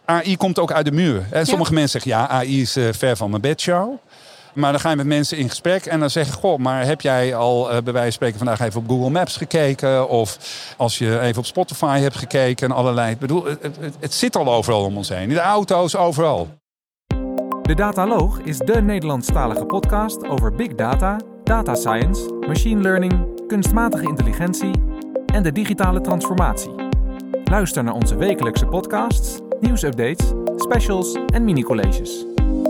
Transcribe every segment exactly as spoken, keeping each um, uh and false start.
A I komt ook uit de muur. En sommige ja. mensen zeggen, ja, A I is uh, ver van mijn bedshow. Maar dan ga je met mensen in gesprek en dan zeg je, goh, maar heb jij al uh, bij wijze van spreken vandaag even op Google Maps gekeken? Of als je even op Spotify hebt gekeken en allerlei. Ik bedoel, het, het, het zit al overal om ons heen. In de auto's, overal. De Dataloog is de Nederlandstalige podcast over big data, data science, machine learning, kunstmatige intelligentie en de digitale transformatie. Luister naar onze wekelijkse podcasts, nieuwsupdates, specials en mini-colleges.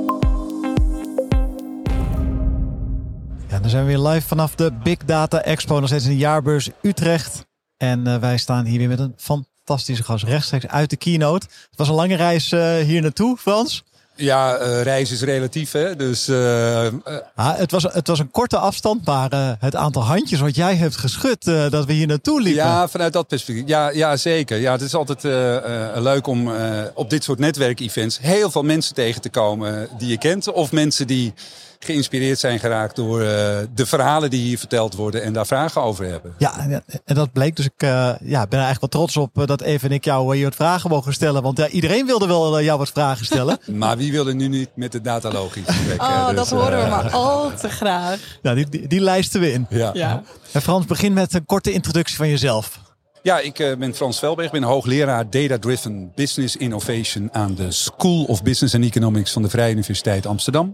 Ja, dan zijn we weer live vanaf de Big Data Expo, nog steeds in de jaarbeurs Utrecht. En uh, wij staan hier weer met een fantastische gast rechtstreeks uit de keynote. Het was een lange reis uh, hier naartoe, Frans. Ja, uh, reis is relatief, hè. Dus, uh, uh... ah, het, was, het was een korte afstand, maar uh, het aantal handjes wat jij hebt geschud, uh, dat we hier naartoe liepen. Ja, vanuit dat perspectief. Ja, ja zeker. Ja, het is altijd uh, uh, leuk om uh, op dit soort netwerkevents heel veel mensen tegen te komen die je kent. Of mensen die geïnspireerd zijn geraakt door uh, de verhalen die hier verteld worden en daar vragen over hebben. Ja, en dat bleek. Dus ik uh, ja, ben er eigenlijk wel trots op uh, dat Eve en ik jou uh, hier wat vragen mogen stellen. Want uh, iedereen wilde wel uh, jou wat vragen stellen. Maar wie wilde nu niet met de datalogisch gesprek? Oh, dus, dat horen uh, we maar al te graag. Nou, die, die, die lijsten we in. Ja. Ja. En Frans, begin met een korte introductie van jezelf. Ja, ik uh, ben Frans Velberg. Ik ben hoogleraar Data Driven Business Innovation aan de School of Business and Economics van de Vrije Universiteit Amsterdam.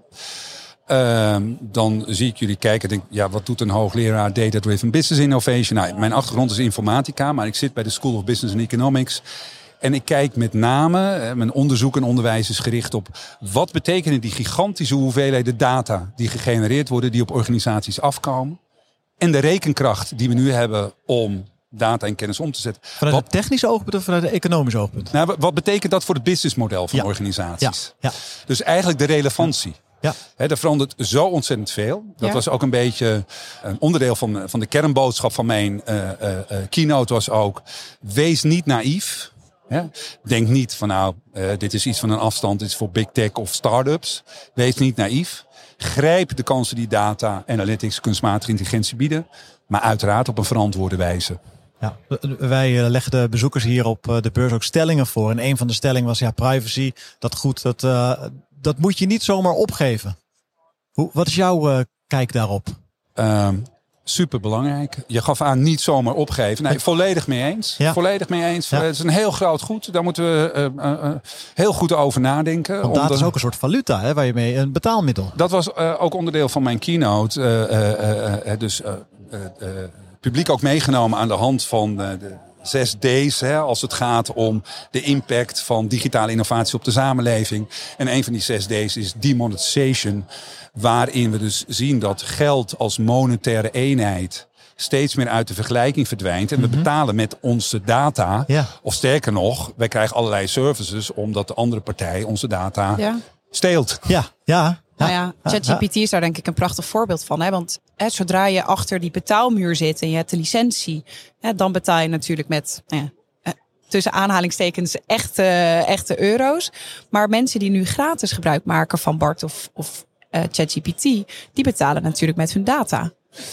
Uh, dan zie ik jullie kijken en denk, ja, wat doet een hoogleraar Data Driven Business Innovation? Nou, mijn achtergrond is informatica, maar ik zit bij de School of Business and Economics. En ik kijk met name, mijn onderzoek en onderwijs is gericht op wat betekenen die gigantische hoeveelheden data die gegenereerd worden, die op organisaties afkomen. En de rekenkracht die we nu hebben om data en kennis om te zetten. Vanuit wat, het technische oogpunt of vanuit het economische oogpunt? Nou, wat betekent dat voor het businessmodel van ja. organisaties? Ja. Ja. Dus eigenlijk de relevantie. Ja. He, er verandert zo ontzettend veel. Dat Ja. was ook een beetje een onderdeel van, van de kernboodschap van mijn uh, uh, uh, keynote was ook, wees niet naïef. He, denk niet van nou, uh, dit is iets van een afstand, dit is voor big tech of start-ups. Wees niet naïef. Grijp de kansen die data, analytics, kunstmatige intelligentie bieden. Maar uiteraard op een verantwoorde wijze. Ja, wij leggen de bezoekers hier op de beurs ook stellingen voor. En een van de stellingen was ja, privacy, dat goed, dat, uh, dat moet je niet zomaar opgeven. Hoe, wat is jouw uh, kijk daarop? Uh, Super belangrijk. Je gaf aan niet zomaar opgeven. Nee, volledig mee eens. Ja. Volledig mee eens. Ja. Het is een heel groot goed. Daar moeten we uh, uh, uh, heel goed over nadenken. Want data Onder... is ook een soort valuta, hè, waar je mee een betaalmiddel. Dat was uh, ook onderdeel van mijn keynote. Uh, uh, uh, uh, dus uh, uh, uh, publiek ook meegenomen aan de hand van uh, de zes D's. Hè, als het gaat om de impact van digitale innovatie op de samenleving. En een van die zes D's is demonetization. Waarin we dus zien dat geld als monetaire eenheid steeds meer uit de vergelijking verdwijnt. En we mm-hmm. betalen met onze data. Ja. Of sterker nog, wij krijgen allerlei services omdat de andere partij onze data Ja. steelt. Ja, ja. Nou ja, ChatGPT is daar denk ik een prachtig voorbeeld van. Hè? Want hè, zodra je achter die betaalmuur zit en je hebt de licentie, hè, dan betaal je natuurlijk met nou ja, eh, tussen aanhalingstekens echte, echte euro's. Maar mensen die nu gratis gebruik maken van Bart of, of uh, ChatGPT, die betalen natuurlijk met hun data.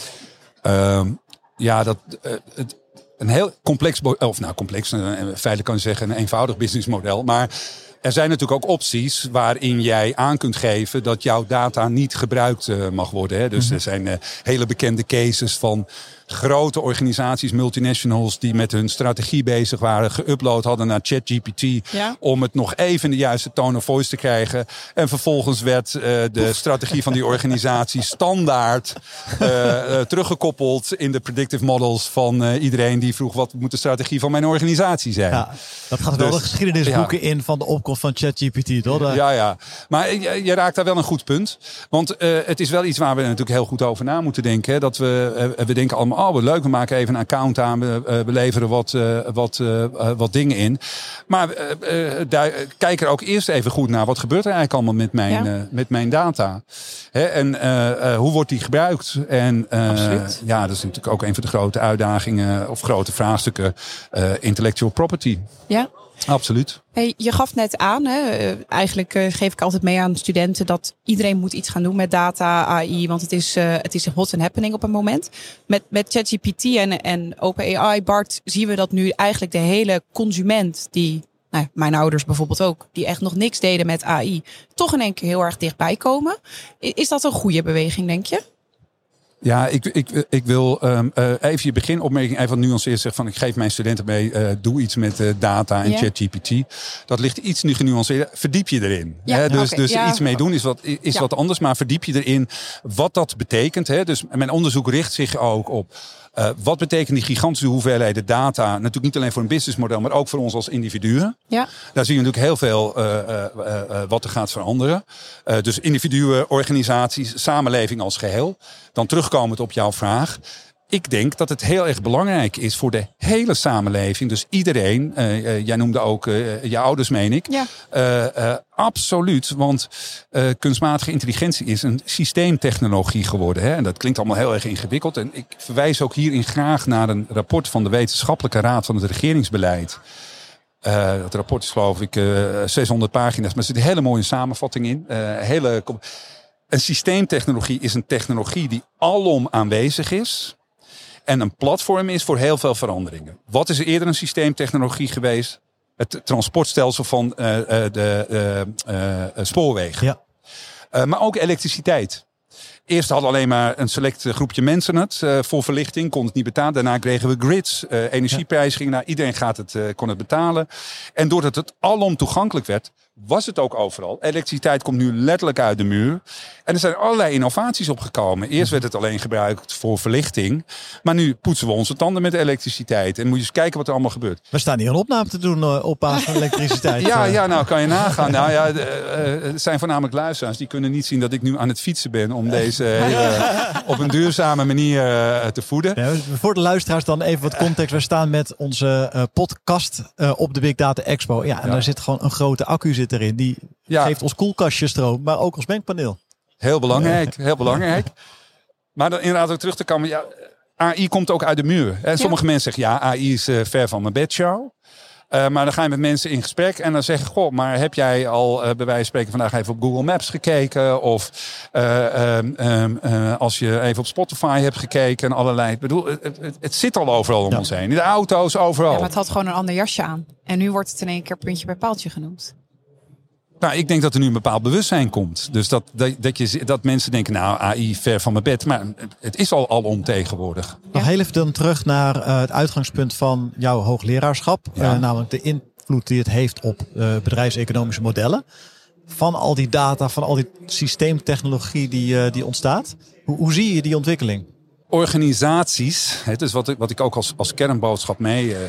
Uh, ja, dat uh, het, een heel complex, of nou complex, uh, feitelijk kan je zeggen een eenvoudig businessmodel, maar er zijn natuurlijk ook opties waarin jij aan kunt geven dat jouw data niet gebruikt uh, mag worden. Hè? Dus mm-hmm. er zijn uh, hele bekende cases van grote organisaties, multinationals, die met hun strategie bezig waren, geüpload hadden naar ChatGPT, ja. om het nog even in de juiste tone of voice te krijgen. En vervolgens werd uh, de strategie van die organisatie standaard uh, uh, teruggekoppeld in de predictive models van uh, iedereen die vroeg, wat moet de strategie van mijn organisatie zijn? Ja, dat gaat wel dus, de geschiedenisboeken ja. in van de opkomst van ChatGPT, toch? Ja, ja. Maar je, je raakt daar wel een goed punt. Want uh, het is wel iets waar we natuurlijk heel goed over na moeten denken. Hè? Dat we, uh, we denken allemaal, oh wat leuk, we maken even een account aan, we, uh, we leveren wat, uh, wat, uh, wat dingen in. Maar uh, uh, daar, kijk er ook eerst even goed naar, wat gebeurt er eigenlijk allemaal met mijn, ja. uh, met mijn data? Hè? En uh, uh, hoe wordt die gebruikt? En uh, ja, dat is natuurlijk ook een van de grote uitdagingen of grote vraagstukken, uh, intellectual property. Ja. Absoluut. Hey, je gaf net aan, hè, eigenlijk uh, geef ik altijd mee aan studenten dat iedereen moet iets gaan doen met data, A I, want het is, uh, het is hot and happening op een moment. Met, met ChatGPT en, en OpenAI, Bart, zien we dat nu eigenlijk de hele consument die nou, mijn ouders bijvoorbeeld ook, die echt nog niks deden met A I, toch in één keer heel erg dichtbij komen. Is dat een goede beweging, denk je? Ja, ik, ik, ik wil um, uh, even je beginopmerking even nuanceerd zeggen van ik geef mijn studenten mee, uh, doe iets met uh, data en Ja. ChatGPT. Dat ligt iets nu genuanceerder. Verdiep je erin. Ja, Hè? Dus, oké, dus ja. iets mee doen is, wat, is Ja. wat anders, maar verdiep je erin wat dat betekent. Hè? Dus mijn onderzoek richt zich ook op uh, wat betekent die gigantische hoeveelheden data, natuurlijk niet alleen voor een businessmodel, maar ook voor ons als individuen. Ja. Daar zie je natuurlijk heel veel uh, uh, uh, wat er gaat veranderen. Uh, dus individuen, organisaties, samenleving als geheel. Dan terugkomend op jouw vraag. Ik denk dat het heel erg belangrijk is voor de hele samenleving. Dus iedereen, uh, uh, jij noemde ook uh, je ouders, meen ik. Ja. Uh, uh, absoluut, want uh, kunstmatige intelligentie is een systeemtechnologie geworden. Hè? En dat klinkt allemaal heel erg ingewikkeld. En ik verwijs ook hierin graag naar een rapport van de Wetenschappelijke Raad van het Regeringsbeleid. Uh, dat rapport is geloof ik uh, zeshonderd pagina's, maar er zit een hele mooie samenvatting in. Uh, hele... Een systeemtechnologie is een technologie die alom aanwezig is. En een platform is voor heel veel veranderingen. Wat is er eerder een systeemtechnologie geweest? Het transportstelsel van uh, uh, de uh, uh, spoorwegen. Ja. Uh, maar ook elektriciteit. Eerst hadden alleen maar een select groepje mensen het uh, voor verlichting. Kon het niet betalen. Daarna kregen we grids. Uh, energieprijs ging naar. Iedereen gaat het, uh, kon het betalen. En doordat het alom toegankelijk werd, was het ook overal. Elektriciteit komt nu letterlijk uit de muur. En er zijn allerlei innovaties opgekomen. Eerst werd het alleen gebruikt voor verlichting. Maar nu poetsen we onze tanden met elektriciteit. En moet je eens kijken wat er allemaal gebeurt. We staan hier een opname te doen uh, op basis van elektriciteit. Ja, uh. ja, nou kan je nagaan. Nou ja, uh, het zijn voornamelijk luisteraars. Die kunnen niet zien dat ik nu aan het fietsen ben om deze hele, op een duurzame manier uh, te voeden. Ja, voor de luisteraars dan even wat context. We staan met onze uh, podcast uh, op de Big Data Expo. Ja, en Ja. daar zit gewoon een grote accu zit erin. Die Ja. geeft ons koelkastje stroom, maar ook ons mengpaneel. Heel belangrijk, heel belangrijk. Maar dan inderdaad ook terug te komen. Ja, A I komt ook uit de muur. En sommige mensen zeggen, ja, A I is uh, ver van mijn bedshow. Uh, maar dan ga je met mensen in gesprek en dan zeggen, goh, maar heb jij al uh, bij wijze van spreken vandaag even op Google Maps gekeken? Of uh, um, um, uh, als je even op Spotify hebt gekeken en allerlei. Ik bedoel, het, het, het zit al overal om Ja. ons heen. In de auto's, overal. Ja, maar het had gewoon een ander jasje aan. En nu wordt het in één keer puntje bij paaltje genoemd. Nou, ik denk dat er nu een bepaald bewustzijn komt. Dus dat, dat, dat, je, dat mensen denken, nou, A I ver van mijn bed. Maar het is al alom tegenwoordig. Nog heel even dan terug naar uh, het uitgangspunt van jouw hoogleraarschap. Ja. Uh, namelijk de invloed die het heeft op uh, bedrijfseconomische modellen. Van al die data, van al die systeemtechnologie die, uh, die ontstaat. Hoe, hoe zie je die ontwikkeling? Organisaties, het is wat ik, wat ik ook als, als kernboodschap mee uh, uh,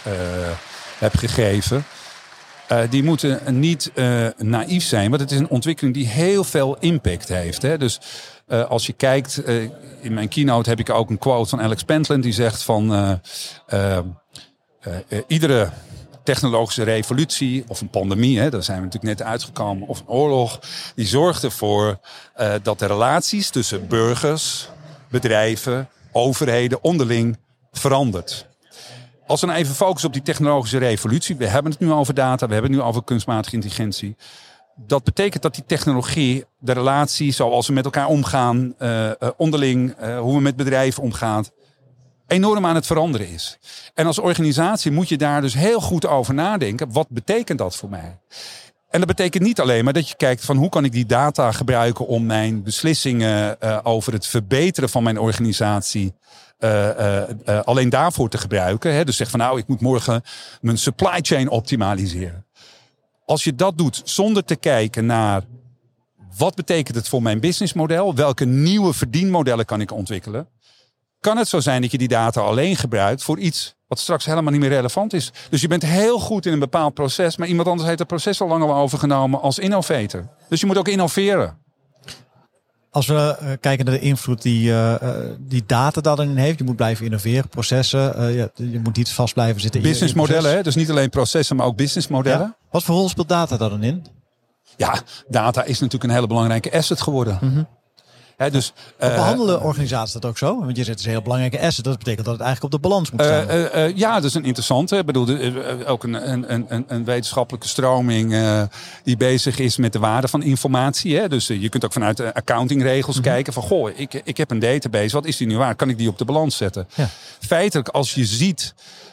heb gegeven. Uh, die moeten niet uh, naïef zijn, want het is een ontwikkeling die heel veel impact heeft. Hè? Dus uh, als je kijkt, uh, in mijn keynote heb ik ook een quote van Alex Pentland die zegt van uh, uh, uh, uh, iedere technologische revolutie of een pandemie, hè, daar zijn we natuurlijk net uitgekomen, of een oorlog, die zorgt ervoor uh, dat de relaties tussen burgers, bedrijven, overheden onderling verandert. Als we nou even focussen op die technologische revolutie. We hebben het nu over data. We hebben het nu over kunstmatige intelligentie. Dat betekent dat die technologie, de relatie zoals we met elkaar omgaan. Uh, uh, onderling, uh, hoe we met bedrijven omgaan. Enorm aan het veranderen is. En als organisatie moet je daar dus heel goed over nadenken. Wat betekent dat voor mij? En dat betekent niet alleen maar dat je kijkt van hoe kan ik die data gebruiken om mijn beslissingen uh, over het verbeteren van mijn organisatie Uh, uh, uh, alleen daarvoor te gebruiken. Hè? Dus zeg van nou, ik moet morgen mijn supply chain optimaliseren. Als je dat doet zonder te kijken naar wat betekent het voor mijn businessmodel, welke nieuwe verdienmodellen kan ik ontwikkelen, kan het zo zijn dat je die data alleen gebruikt voor iets wat straks helemaal niet meer relevant is. Dus je bent heel goed in een bepaald proces, maar iemand anders heeft het proces al lang al overgenomen als innovator. Dus je moet ook innoveren. Als we uh, kijken naar de invloed die, uh, die data daarin heeft. Je moet blijven innoveren, processen. Uh, je, je moet niet vast blijven zitten. Businessmodellen, hè? Dus niet alleen processen, maar ook businessmodellen. Ja. Wat voor rol speelt data daarin in? Ja, data is natuurlijk een hele belangrijke asset geworden. Mm-hmm. He, dus, uh, behandelen organisaties dat ook zo? Want je zegt het is een heel belangrijke asset. Dat betekent dat het eigenlijk op de balans moet staan. Uh, uh, uh, ja, dat is een interessante. Ik bedoel, uh, ook een, een, een, een wetenschappelijke stroming uh, die bezig is met de waarde van informatie. Hè? Dus uh, je kunt ook vanuit de accountingregels mm-hmm. kijken van goh, ik, ik heb een database. Wat is die nu waard? Kan ik die op de balans zetten? Ja. Feitelijk, als je ziet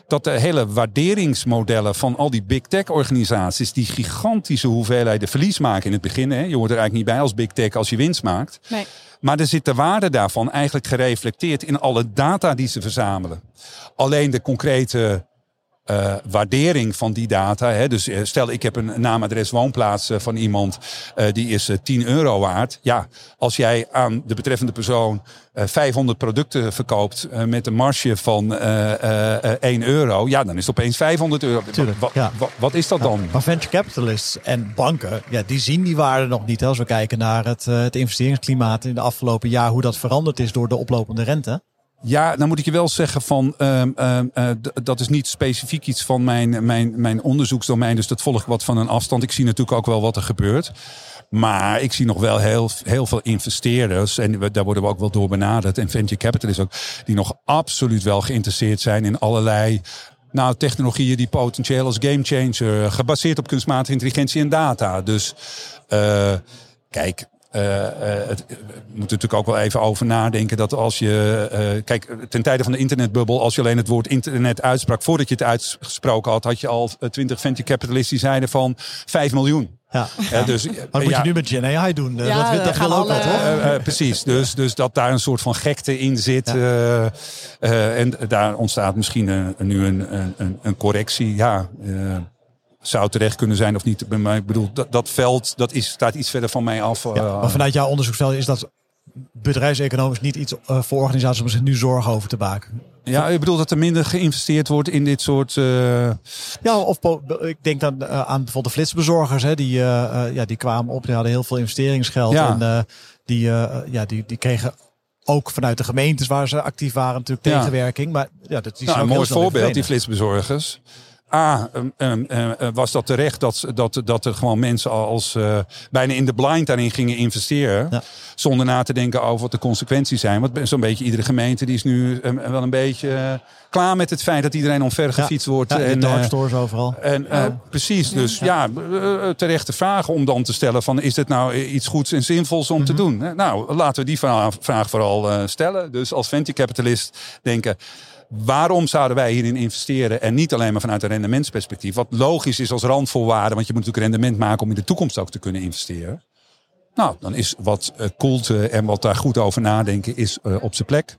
dat de hele waarderingsmodellen van al die big tech organisaties, die gigantische hoeveelheden verlies maken in het begin. Hè? Je hoort er eigenlijk niet bij als big tech als je winst maakt. Nee. Maar er zit de waarde daarvan eigenlijk gereflecteerd in alle data die ze verzamelen. Alleen de concrete Uh, waardering van die data. Hè. Dus uh, stel ik heb een naam, adres, woonplaats uh, van iemand. Uh, die is uh, tien euro waard. Ja, als jij aan de betreffende persoon uh, vijfhonderd producten verkoopt. Uh, met een marge van uh, uh, uh, één euro. Ja, dan is het opeens vijfhonderd euro. Tuurlijk, wat, ja. wat, wat is dat dan? Ja, maar venture capitalists en banken, ja, die zien die waarde nog niet. Hè. Als we kijken naar het, uh, het investeringsklimaat in de afgelopen jaar. Hoe dat veranderd is door de oplopende rente. Ja, dan moet ik je wel zeggen van um, um, uh, d- dat is niet specifiek iets van mijn, mijn, mijn onderzoeksdomein. Dus dat volg ik wat van een afstand. Ik zie natuurlijk ook wel wat er gebeurt. Maar ik zie nog wel heel, heel veel investeerders. En we, daar worden we ook wel door benaderd. En venture capitalists ook. Die nog absoluut wel geïnteresseerd zijn in allerlei nou, technologieën die potentieel als gamechanger. Gebaseerd op kunstmatige intelligentie en data. Dus uh, kijk. Uh, uh, het, we moeten natuurlijk ook wel even over nadenken dat als je... Uh, kijk, ten tijde van de internetbubbel, als je alleen het woord internet uitsprak, voordat je het uitgesproken had, had je al twintig venture capitalists die zeiden van vijf miljoen. Ja. Uh, dus, maar dat moet ja, je nu met Gen A I doen. Uh, Ja, dat dat wil ook alle... wel, toch? Uh, uh, precies, dus, dus dat daar een soort van gekte in zit. Ja. Uh, uh, en daar ontstaat misschien uh, nu een, een, een correctie. Ja, uh, zou terecht kunnen zijn of niet. Maar ik bedoel, dat, dat veld dat is, staat iets verder van mij af. Ja, maar vanuit jouw onderzoeksveld is dat bedrijfseconomisch niet iets uh, voor organisaties om zich nu zorgen over te maken. Ja, ik bedoel dat er minder geïnvesteerd wordt in dit soort... Uh... Ja, of ik denk dan uh, aan bijvoorbeeld de flitsbezorgers. Hè, die, uh, uh, ja, die kwamen op, die hadden heel veel investeringsgeld. Ja. En uh, die, uh, ja, die, die kregen ook vanuit de gemeentes waar ze actief waren natuurlijk ja. tegenwerking. Maar ja, dat is nou, een mooi voorbeeld, die flits. flitsbezorgers. A, um, um, uh, was dat terecht dat, dat, dat er gewoon mensen als uh, bijna in de blind daarin gingen investeren. Ja. Zonder na te denken over wat de consequenties zijn. Want zo'n beetje iedere gemeente die is nu um, wel een beetje uh, klaar met het feit dat iedereen omver gefietst ja. wordt. Ja, en dark stores uh, overal. En, uh, oh. Precies, dus ja, ja uh, terechte vragen om dan te stellen van is dit nou iets goeds en zinvols om mm-hmm. te doen? Nou, laten we die vraag vooral uh, stellen. Dus als venture capitalist denken... Waarom zouden wij hierin investeren en niet alleen maar vanuit een rendementsperspectief? Wat logisch is als randvoorwaarde, want je moet natuurlijk rendement maken om in de toekomst ook te kunnen investeren. Nou, dan is wat uh, koelt uh, en wat daar goed over nadenken is uh, op zijn plek.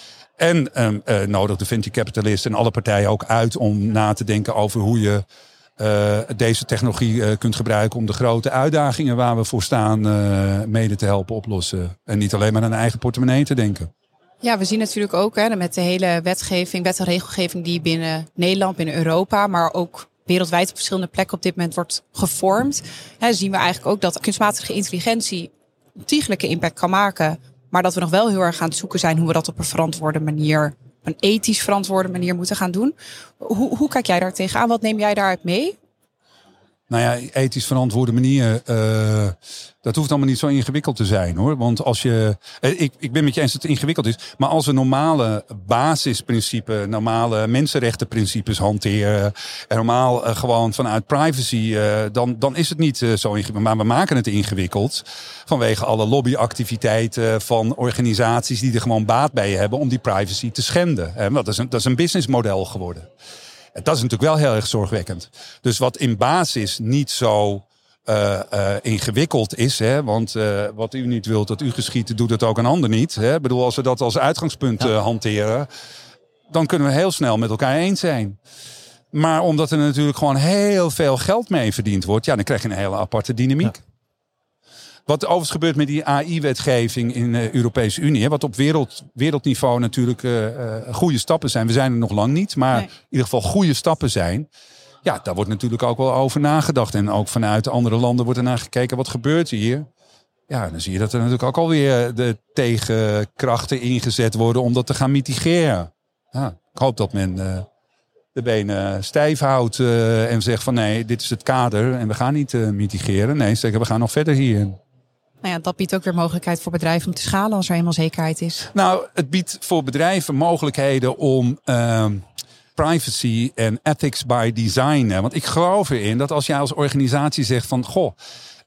En um, uh, nodig de venture capitalist en alle partijen ook uit om na te denken over hoe je uh, deze technologie uh, kunt gebruiken om de grote uitdagingen waar we voor staan uh, mede te helpen oplossen. En niet alleen maar aan eigen portemonnee te denken. Ja, we zien natuurlijk ook hè, met de hele wetgeving, wet en regelgeving die binnen Nederland, binnen Europa, maar ook wereldwijd op verschillende plekken op dit moment wordt gevormd. Hè, zien we eigenlijk ook dat kunstmatige intelligentie ontiegelijke impact kan maken, maar dat we nog wel heel erg aan het zoeken zijn hoe we dat op een verantwoorde manier, op een ethisch verantwoorde manier moeten gaan doen. Hoe, hoe kijk jij daar tegenaan? Wat neem jij daaruit mee? Nou ja, ethisch verantwoorde manier, uh, dat hoeft allemaal niet zo ingewikkeld te zijn hoor. Want als je, ik, ik ben met je eens dat het ingewikkeld is, maar als we normale basisprincipes, normale mensenrechtenprincipes hanteren, en normaal uh, gewoon vanuit privacy, uh, dan, dan is het niet uh, zo ingewikkeld. Maar we maken het ingewikkeld vanwege alle lobbyactiviteiten van organisaties die er gewoon baat bij hebben om die privacy te schenden. En dat is een, dat is een businessmodel geworden. Dat is natuurlijk wel heel erg zorgwekkend. Dus wat in basis niet zo uh, uh, ingewikkeld is. Hè, want uh, wat u niet wilt dat u geschiet, doet het ook een ander niet. Hè. Ik bedoel, als we dat als uitgangspunt ja. uh, hanteren, dan kunnen we heel snel met elkaar eens zijn. Maar omdat er natuurlijk gewoon heel veel geld mee verdiend wordt, ja, dan krijg je een hele aparte dynamiek. Ja. Wat overigens gebeurt met die A I-wetgeving in de Europese Unie. Hè, wat op wereld, wereldniveau natuurlijk uh, uh, goede stappen zijn. We zijn er nog lang niet, maar nee. in ieder geval goede stappen zijn. Ja, daar wordt natuurlijk ook wel over nagedacht. En ook vanuit andere landen wordt er naar gekeken. Wat gebeurt hier? Ja, dan zie je dat er natuurlijk ook alweer de tegenkrachten ingezet worden om dat te gaan mitigeren. Ja, ik hoop dat men uh, de benen stijf houdt uh, en zegt van nee, dit is het kader en we gaan niet uh, mitigeren. Nee, zeggen we gaan nog verder hier. Nou ja, dat biedt ook weer mogelijkheid voor bedrijven om te schalen als er eenmaal zekerheid is. Nou, het biedt voor bedrijven mogelijkheden om uh, privacy en ethics by design. Want ik geloof erin dat als jij als organisatie zegt van goh,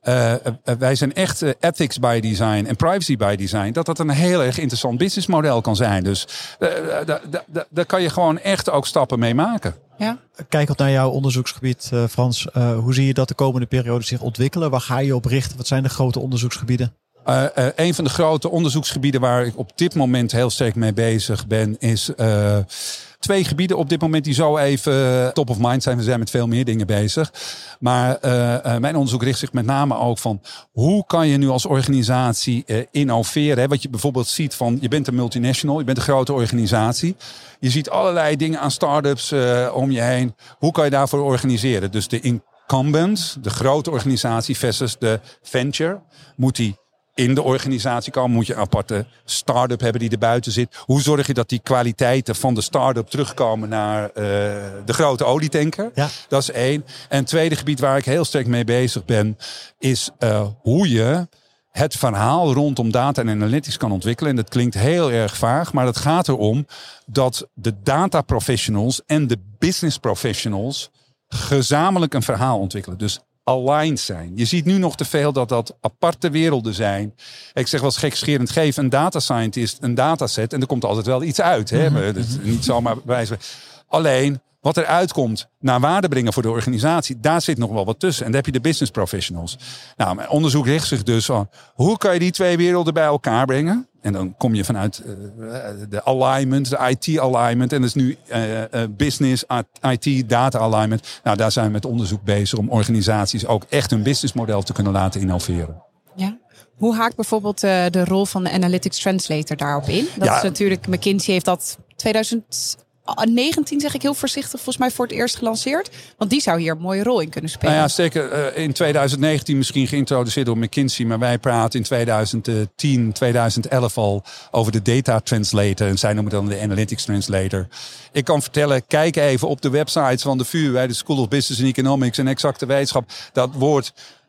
Uh, uh, wij zijn echt uh, ethics by design en privacy by design. Dat dat een heel erg interessant businessmodel kan zijn. Dus uh, daar da, da, da kan je gewoon echt ook stappen mee maken. Ja. Kijkend naar jouw onderzoeksgebied, uh, Frans. Uh, hoe zie je dat de komende periode zich ontwikkelen? Waar ga je op richten? Wat zijn de grote onderzoeksgebieden? Uh, uh, een van de grote onderzoeksgebieden waar ik op dit moment heel sterk mee bezig ben, is uh, twee gebieden op dit moment die zo even top of mind zijn. We zijn met veel meer dingen bezig. Maar uh, uh, mijn onderzoek richt zich met name ook van hoe kan je nu als organisatie uh, innoveren. Hè? Wat je bijvoorbeeld ziet van, je bent een multinational, je bent een grote organisatie. Je ziet allerlei dingen aan start-ups uh, om je heen. Hoe kan je daarvoor organiseren? Dus de incumbent, de grote organisatie versus de venture, moet die in de organisatie komen, moet je een aparte start-up hebben die er buiten zit. Hoe zorg je dat die kwaliteiten van de start-up terugkomen naar uh, de grote olietanker? Ja. Dat is één. En het tweede gebied waar ik heel sterk mee bezig ben, is uh, hoe je het verhaal rondom data en analytics kan ontwikkelen. En dat klinkt heel erg vaag, maar het gaat erom dat de data professionals en de business professionals gezamenlijk een verhaal ontwikkelen. Dus aligned zijn. Je ziet nu nog te veel dat dat aparte werelden zijn. Ik zeg wel eens gekscherend, geef een data scientist een dataset en er komt altijd wel iets uit. Hè? Mm-hmm. Dat is niet zomaar wijzen. Alleen, wat er uitkomt naar waarde brengen voor de organisatie, daar zit nog wel wat tussen. En dan heb je de business professionals. Nou, mijn onderzoek richt zich dus aan hoe kan je die twee werelden bij elkaar brengen? En dan kom je vanuit uh, de alignment, de I T-alignment. En dat is nu uh, uh, business, I T, data alignment. Nou, daar zijn we met onderzoek bezig om organisaties ook echt hun businessmodel te kunnen laten innoveren. Ja. Hoe haakt bijvoorbeeld uh, de rol van de Analytics Translator daarop in? Dat ja. is natuurlijk, McKinsey heeft dat twintig negentien, zeg ik heel voorzichtig, volgens mij voor het eerst gelanceerd. Want die zou hier een mooie rol in kunnen spelen. Nou ja, zeker uh, in twintig negentien misschien geïntroduceerd door McKinsey. Maar wij praten in twintig tien, twintig elf al over de Data Translator. En zij noemen dan de Analytics Translator. Ik kan vertellen, kijk even op de websites van de V U, bij de School of Business and Economics en Exacte Wetenschap. Dat woord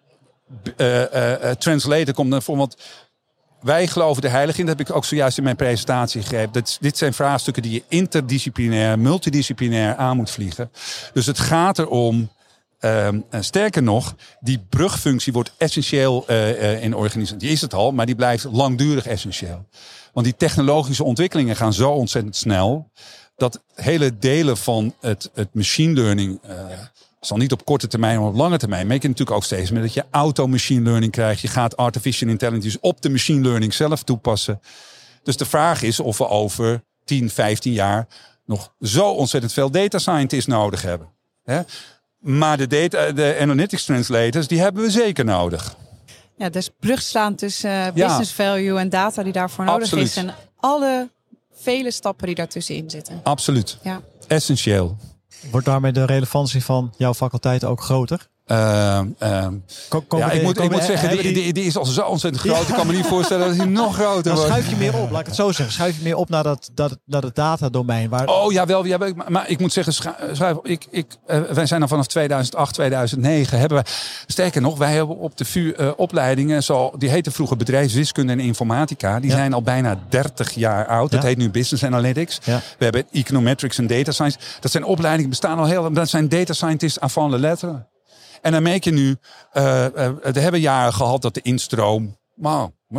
uh, uh, uh, translator komt naar voren. Want wij geloven er heilig in. Dat heb ik ook zojuist in mijn presentatie gegeven. Dat, dit zijn vraagstukken die je interdisciplinair, multidisciplinair aan moet vliegen. Dus het gaat erom, uh, sterker nog, die brugfunctie wordt essentieel uh, uh, in organisatie. Die is het al, maar die blijft langdurig essentieel. Want die technologische ontwikkelingen gaan zo ontzettend snel, dat hele delen van het, het machine learning, Uh, zal niet op korte termijn, maar op lange termijn. Merk je natuurlijk ook steeds meer dat je auto-machine learning krijgt. Je gaat artificial intelligence op de machine learning zelf toepassen. Dus de vraag is of we over tien, vijftien jaar nog zo ontzettend veel data scientists nodig hebben. Hè? Maar de, data, de analytics translators, die hebben we zeker nodig. Ja, dus brug slaan tussen uh, business ja. value en data die daarvoor nodig Absoluut. is. En alle vele stappen die daartussenin zitten. Absoluut. Ja. Essentieel. Wordt daarmee de relevantie van jouw faculteit ook groter? Uh, uh, kom, kom ja, ik, de, moet, ik moet zeggen, die, die, die is al zo ontzettend groot. Ja. Ik kan me niet voorstellen dat hij nog groter dan wordt. Schuif je meer op, laat ik het zo zeggen. Schuif je meer op naar dat, dat, naar het datadomein. Waar... Oh jawel, jawel. Maar, maar ik moet zeggen, schuif, ik, ik, uh, wij zijn al vanaf tweeduizend acht, tweeduizend negen. Hebben wij, sterker nog, wij hebben op de V U uh, opleidingen, zo, die heten vroeger bedrijfswiskunde en informatica. Die ja. zijn al bijna dertig jaar oud. Dat ja. heet nu business analytics. Ja. We hebben econometrics en data science. Dat zijn opleidingen, bestaan al heel, dat zijn data scientists avant la lettre. En dan merk je nu, uh, uh, we hebben jaren gehad dat de instroom, wow, uh,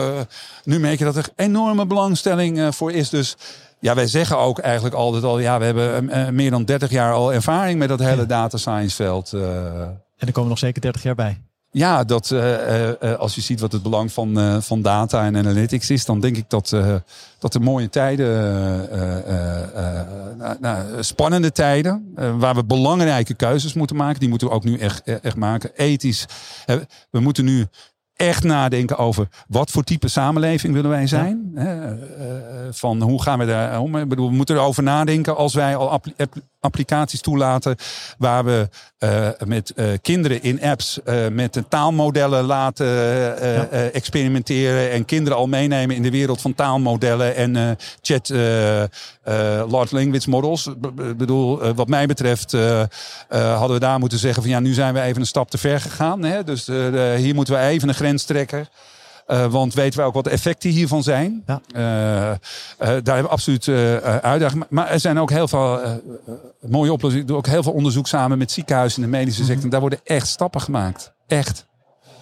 nu merk je dat er enorme belangstelling uh, voor is. Dus ja, wij zeggen ook eigenlijk altijd al, ja, we hebben uh, meer dan dertig jaar al ervaring met dat hele ja. data science veld. Uh. En er komen nog zeker dertig jaar bij. Ja, dat, uh, uh, als je ziet wat het belang van, uh, van data en analytics is, dan denk ik dat, uh, dat er mooie tijden, uh, uh, uh, uh, nou, spannende tijden, uh, waar we belangrijke keuzes moeten maken. Die moeten we ook nu echt, echt maken. Ethisch. Uh, we moeten nu echt nadenken over wat voor type samenleving willen wij zijn. Ja. Uh, uh, van hoe gaan we daar om? Ik bedoel, we moeten erover nadenken als wij al appli- applicaties toelaten waar we uh, met uh, kinderen in apps uh, met de taalmodellen laten uh, ja. uh, experimenteren en kinderen al meenemen in de wereld van taalmodellen en uh, chat uh, uh, large language models. Ik bedoel, uh, wat mij betreft uh, uh, hadden we daar moeten zeggen van ja, nu zijn we even een stap te ver gegaan. Hè? Dus uh, uh, hier moeten we even een grens trekken. Uh, want weten we ook wat de effecten hiervan zijn. Ja. Uh, uh, daar hebben we absoluut uh, uitdagingen. Maar er zijn ook heel veel uh, mooie oplossingen. Ik doe ook heel veel onderzoek samen met ziekenhuizen en de medische sector. Mm-hmm. Daar worden echt stappen gemaakt. Echt.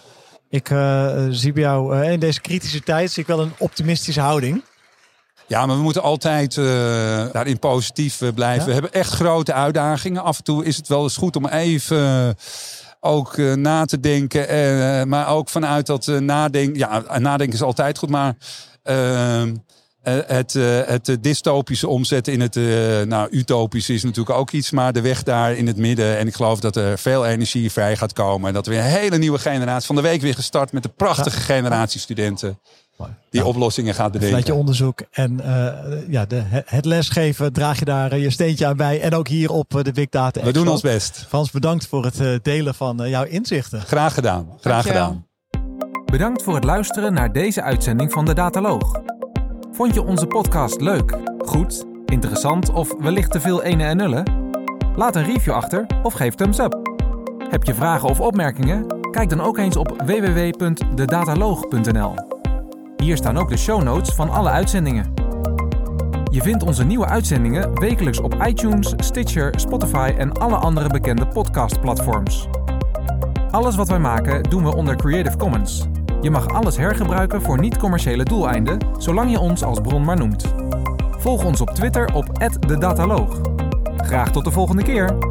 Ik uh, zie bij jou uh, in deze kritische tijd zie ik wel een optimistische houding. Ja, maar we moeten altijd uh, daarin positief uh, blijven. Ja? We hebben echt grote uitdagingen. Af en toe is het wel eens goed om even uh, ook uh, na te denken. Uh, maar ook vanuit dat uh, nadenken. Ja, nadenken is altijd goed, maar uh, het, uh, het dystopische omzetten in het uh, nou, utopische is natuurlijk ook iets. Maar de weg daar in het midden. En ik geloof dat er veel energie vrij gaat komen. En dat er weer een hele nieuwe generatie. Van de week weer gestart met de prachtige ja. generatie studenten. Die ja. oplossingen gaat bedenken. Vanuit je onderzoek en uh, ja, de, het lesgeven draag je daar je steentje aan bij. En ook hier op de Big Data Expo. We doen ons best. Frans, bedankt voor het uh, delen van uh, jouw inzichten. Graag gedaan. Graag gedaan. Bedankt voor het luisteren naar deze uitzending van de Dataloog. Vond je onze podcast leuk, goed, interessant of wellicht te veel enen en nullen? Laat een review achter of geef thumbs up. Heb je vragen of opmerkingen? Kijk dan ook eens op w w w punt de dataloog punt n l. Hier staan ook de show notes van alle uitzendingen. Je vindt onze nieuwe uitzendingen wekelijks op iTunes, Stitcher, Spotify en alle andere bekende podcastplatforms. Alles wat wij maken doen we onder Creative Commons. Je mag alles hergebruiken voor niet-commerciële doeleinden, zolang je ons als bron maar noemt. Volg ons op Twitter op at de dataloog. Graag tot de volgende keer!